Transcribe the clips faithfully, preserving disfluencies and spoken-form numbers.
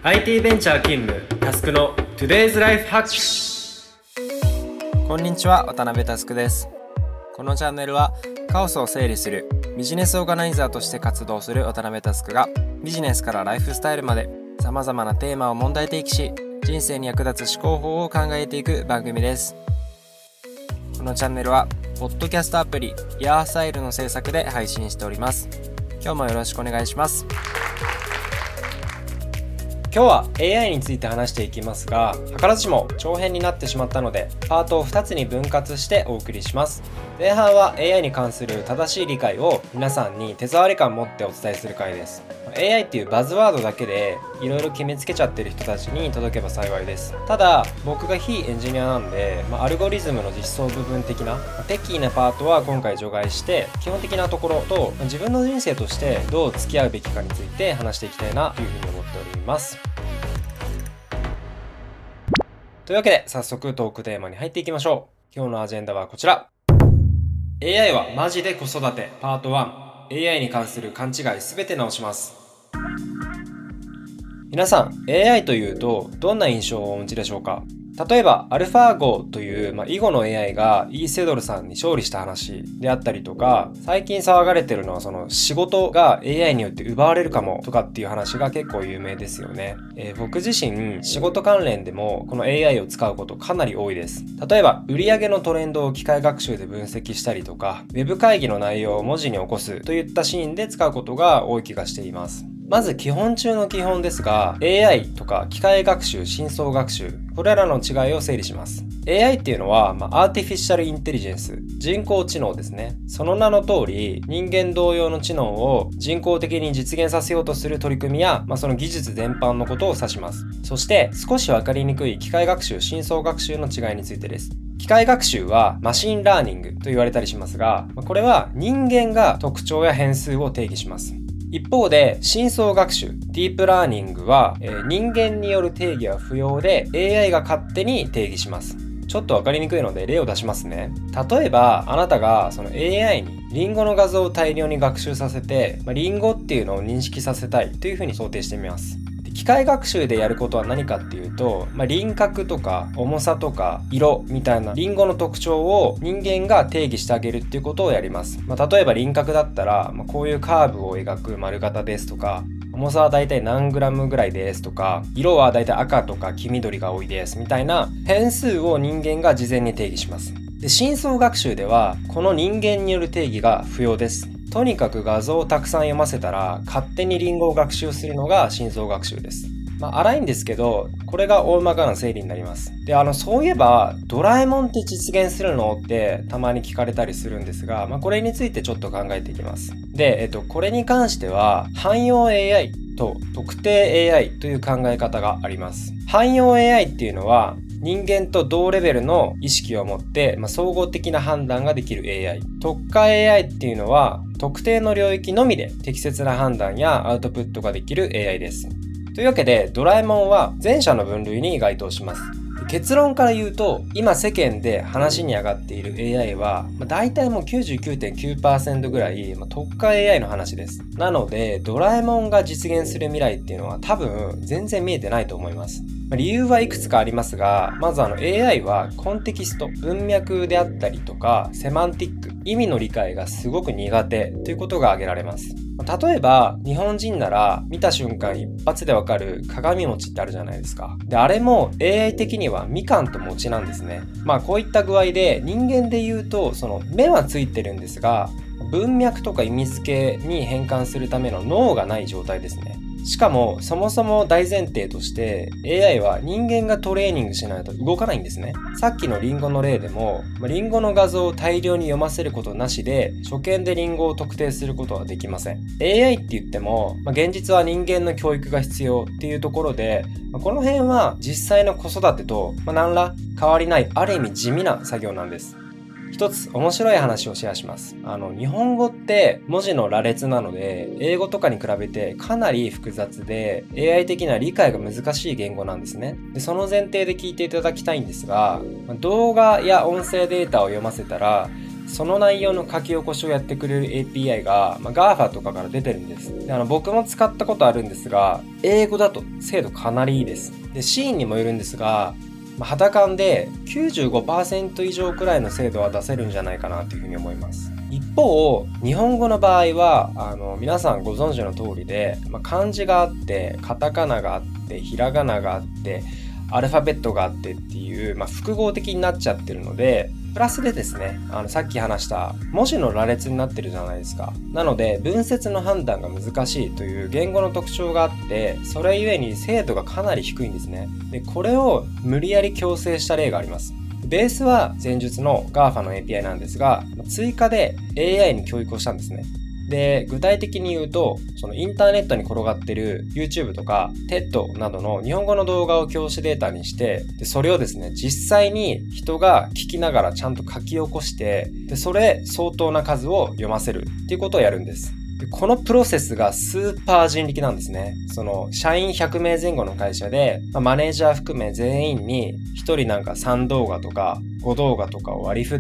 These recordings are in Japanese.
アイティー ベンチャー勤務タスクの Today's Life Hack。 こんにちは、渡辺タスクです。このチャンネルはカオスを整理するビジネスオーガナイザーとして活動する渡辺タスクがビジネスからライフスタイルまでさまざまなテーマを問題提起し、人生に役立つ思考法を考えていく番組です。このチャンネルはポッドキャストアプリヤースタイルの制作で配信しております。今日もよろしくお願いします。 今日は エーアイ について話していきますが、図らずしも長編になってしまったのでパートをふたつに分割してお送りします。前半は エーアイ に関する正しい理解を皆さんに手触り感を持ってお伝えする回です。 エーアイ っていうバズワードだけでいろいろ決めつけちゃってる人たちに届けば幸いです。ただ僕が非エンジニアなんで、まあ、アルゴリズムの実装部分的なテッキーなパートは今回除外して、基本的なところと自分の人生としてどう付き合うべきかについて話していきたいなというふうに思っております。というわけで早速トークテーマに入っていきましょう。今日のアジェンダはこちら。 エーアイ はマジで子育てパートワン。 エーアイ に関する勘違いすべて直します。皆さん エーアイ というとどんな印象をお持ちでしょうか。例えばアルファゴという、まあ、囲碁の エーアイ がイーセドルさんに勝利した話であったりとか、最近騒がれてるのはその仕事が エーアイ によって奪われるかもとかっていう話が結構有名ですよね。えー、僕自身仕事関連でもこの エーアイ を使うことかなり多いです。例えば売上のトレンドを機械学習で分析したりとか、ウェブ会議の内容を文字に起こすといったシーンで使うことが多い気がしています。まず基本中の基本ですが、 エーアイ とか機械学習、深層学習、これらの違いを整理します。 エーアイ っていうのは、まあ、アーティフィシャルインテリジェンス、人工知能ですね。その名の通り人間同様の知能を人工的に実現させようとする取り組みや、まあ、その技術全般のことを指します。そして少し分かりにくい機械学習、深層学習の違いについてです。機械学習はマシンラーニングと言われたりしますが、これは人間が特徴や変数を定義します。一方で深層学習、ディープラーニングは、えー、人間による定義は不要で エーアイ が勝手に定義します。ちょっと分かりにくいので例を出しますね。例えばあなたがその エーアイ にリンゴの画像を大量に学習させて、まあ、リンゴっていうのを認識させたいというふうに想定してみます。機械学習でやることは何かっていうと、まあ、輪郭とか重さとか色みたいなリンゴの特徴を人間が定義してあげるっていうことをやります。まあ、例えば輪郭だったら、まあ、こういうカーブを描く丸型ですとか、重さはだいたい何グラムぐらいですとか、色はだいたい赤とか黄緑が多いですみたいな変数を人間が事前に定義します。で、深層学習ではこの人間による定義が不要です。とにかく画像をたくさん読ませたら勝手にリンゴを学習するのが深層学習です。まあ、荒いんですけど、これが大まかな整理になります。で、あの、そういえば、ドラえもんって実現するのってたまに聞かれたりするんですが、まあ、これについてちょっと考えていきます。で、えっと、これに関しては、汎用 エーアイ と特定 エーアイ という考え方があります。汎用 エーアイ っていうのは、人間と同レベルの意識を持って、まあ、総合的な判断ができる エーアイ。特化 エーアイ っていうのは、特定の領域のみで適切な判断やアウトプットができる エーアイ です。というわけでドラえもんは前者の分類に該当します。結論から言うと、今世間で話に上がっている エーアイ は、まあ、大体もう きゅうじゅうきゅうてんきゅうパーセント ぐらい、まあ、特化 エーアイ の話です。なのでドラえもんが実現する未来っていうのは多分全然見えてないと思います。まあ、理由はいくつかありますが、まずあの エーアイ はコンテキスト、文脈であったりとかセマンティック、意味の理解がすごく苦手ということが挙げられます。例えば日本人なら見た瞬間一発でわかる鏡餅ってあるじゃないですか。で、あれも エーアイ 的にはみかんと餅なんですね。まあこういった具合で人間で言うとその目はついてるんですが、文脈とか意味付けに変換するための脳がない状態ですね。しかもそもそも大前提として エーアイ は人間がトレーニングしないと動かないんですね。さっきのリンゴの例でもリンゴの画像を大量に読ませることなしで初見でリンゴを特定することはできません。 エーアイ って言っても、まあ、現実は人間の教育が必要っていうところで、まあ、この辺は実際の子育てと、まあ、何ら変わりない、ある意味地味な作業なんです。一つ面白い話をシェアします。あの日本語って文字の羅列なので英語とかに比べてかなり複雑で エーアイ 的な理解が難しい言語なんですね。でその前提で聞いていただきたいんですが、動画や音声データを読ませたらその内容の書き起こしをやってくれる エーピーアイ が、まあ、ガーファ とかから出てるんです。であの僕も使ったことあるんですが、英語だと精度かなりいいです。でシーンにもよるんですが、まあ、肌感で きゅうじゅうごパーセント 以上くらいの精度は出せるんじゃないかなというふうに思います。一方、日本語の場合はあの皆さんご存知の通りで、まあ、漢字があって、カタカナがあって、ひらがながあって、アルファベットがあってっていう、まあ、複合的になっちゃってるので、プラスでですね、あのさっき話した文字の羅列になってるじゃないですか。なので文節の判断が難しいという言語の特徴があって、それゆえに精度がかなり低いんですね。でこれを無理やり強制した例があります。ベースは前述の ガーファ の エーピーアイ なんですが、追加で エーアイ に教育をしたんですね。で具体的に言うと、そのインターネットに転がってる YouTube とか テッド などの日本語の動画を教師データにして、でそれをですね、実際に人が聞きながらちゃんと書き起こして、でそれ相当な数を読ませるっていうことをやるんです。でこのプロセスがスーパー人力なんですね。その社員ひゃくめいぜん後の会社で、まあ、マネージャー含め全員にひとりなんかさん動画とかご動画とかを割り振って、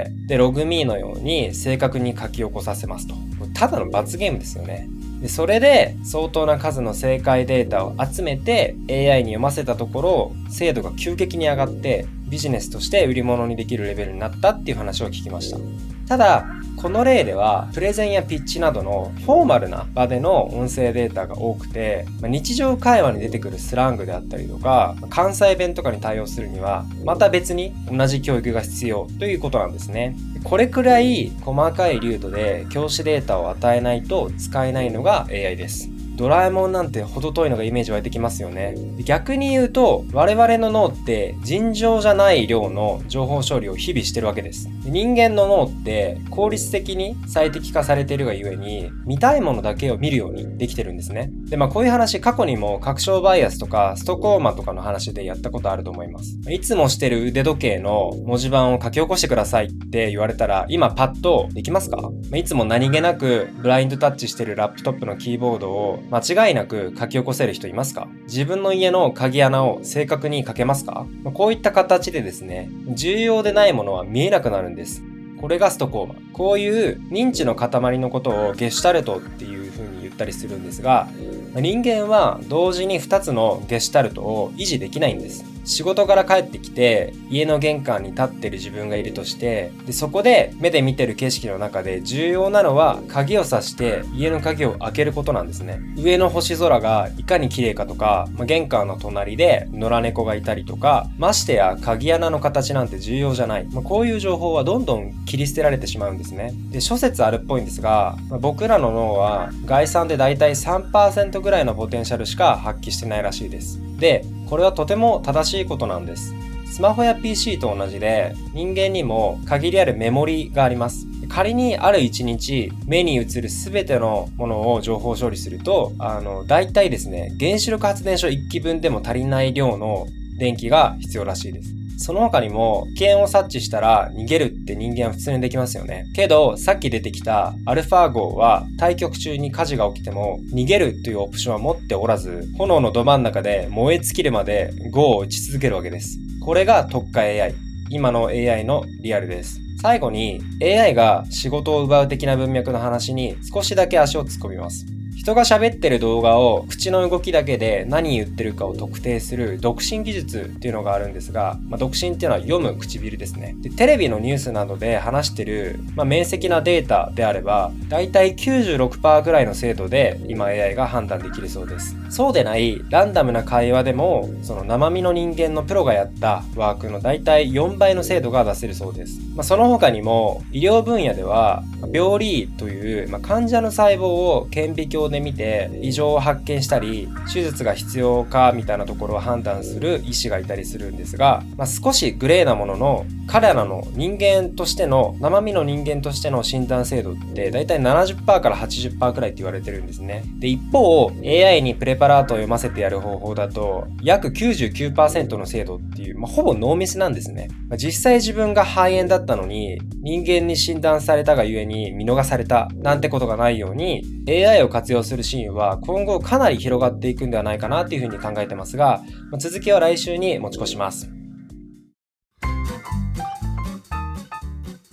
でログミーのように正確に書き起こさせますと。ただの罰ゲームですよね。でそれで相当な数の正解データを集めて エーアイ に読ませたところ、精度が急激に上がってビジネスとして売り物にできるレベルになったっていう話を聞きました。ただこの例ではプレゼンやピッチなどのフォーマルな場での音声データが多くて、日常会話に出てくるスラングであったりとか関西弁とかに対応するにはまた別に同じ教育が必要ということなんですね。これくらい細かい流度で教師データを与えないと使えないのが エーアイ です。ドラえもんなんて程遠いのがイメージ湧いてきますよね。逆に言うと我々の脳って尋常じゃない量の情報処理を日々してるわけです。人間の脳って効率的に最適化されているがゆえに見たいものだけを見るようにできてるんですね。でまあこういう話過去にも確証バイアスとかストコーマとかの話でやったことあると思います。いつもしてる腕時計の文字盤を書き起こしてくださいって言われたら今パッとできますか？いつも何気なくブラインドタッチしてるラップトップのキーボードを間違いなく書き起こせる人いますか？自分の家の鍵穴を正確に書けますか？こういった形でですね、重要でないものは見えなくなるんです。これがストコーマ。こういう認知の塊のことをゲシュタルトっていう風に言ったりするんですが、人間は同時にふたつのゲシュタルトを維持できないんです。仕事から帰ってきて家の玄関に立ってる自分がいるとして、でそこで目で見てる景色の中で重要なのは鍵を挿して家の鍵を開けることなんですね。上の星空がいかに綺麗かとか、まあ、玄関の隣で野良猫がいたりとか、ましてや鍵穴の形なんて重要じゃない、まあ、こういう情報はどんどん切り捨てられてしまうんですね。で諸説あるっぽいんですが、まあ、僕らの脳は概算でだいたい さんパーセント ぐらいのポテンシャルしか発揮してないらしいです。でこれはとても正しいことなんです。スマホや ピーシー と同じで人間にも限りあるメモリがあります。仮にある一日目に映る全てのものを情報処理すると、あのだいたいですね、原子力発電所いっきぶんでも足りない量の電気が必要らしいです。その他にも危険を察知したら逃げるって人間は普通にできますよね。けどさっき出てきたアルファ号は対局中に火事が起きても逃げるというオプションは持っておらず、炎のど真ん中で燃え尽きるまで号を打ち続けるわけです。これが特化 エーアイ、 今の エーアイ のリアルです。最後に エーアイ が仕事を奪う的な文脈の話に少しだけ足を突っ込みます。人が喋ってる動画を口の動きだけで何言ってるかを特定する読心技術っていうのがあるんですが、まあ、読心っていうのは読む唇ですね。でテレビのニュースなどで話してる、まあ、明晰なデータであればだいたい きゅうじゅうろくパーセント ぐらいの精度で今 エーアイ が判断できるそうです。そうでないランダムな会話でもその生身の人間のプロがやったワークのだいたいよんばいの精度が出せるそうです。まあ、その他にも医療分野では病理という、まあ、患者の細胞を顕微鏡で見て異常を発見したり手術が必要かみたいなところを判断する医師がいたりするんですが、まあ、少しグレーなものの彼らの人間としての生身の人間としての診断精度ってだいたい ななじゅっパーセント から はちじゅっパーセント くらいって言われてるんですね。で一方 エーアイ にプレパラートを読ませてやる方法だと約 きゅうじゅうきゅうパーセント の精度っていう、まあ、ほぼノーミスなんですね。まあ、実際自分が肺炎だったのに人間に診断されたがゆえに見逃されたなんてことがないように エーアイ を活用するシーンは今後かなり広がっていくんではないかなというふうに考えてますが、まあ、続きは来週に持ち越します。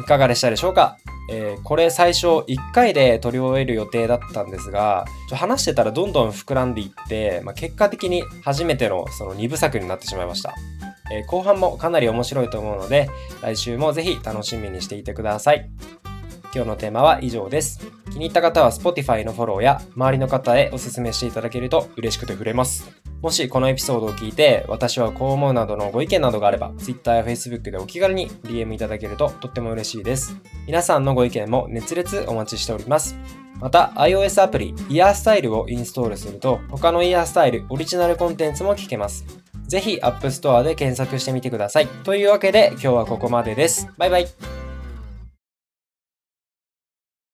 かがでしたでしょうか？えー、これ最初いっかいで撮り終える予定だったんですが、ちょ話してたらどんどん膨らんでいって、まあ、結果的に初めてのそのにぶさくになってしまいました。えー、後半もかなり面白いと思うので、来週もぜひ楽しみにしていてください。今日のテーマは以上です。気に入った方は Spotify のフォローや周りの方へお勧めしていただけると嬉しくて触れます。もしこのエピソードを聞いて私はこう思うなどのご意見などがあれば Twitter や Facebook でお気軽に ディーエム いただけるととっても嬉しいです。皆さんのご意見も熱烈お待ちしております。また iOS アプリイヤースタイルをインストールすると他のイヤースタイルオリジナルコンテンツも聞けます。ぜひ App Store で検索してみてください。というわけで今日はここまでです。バイバイ。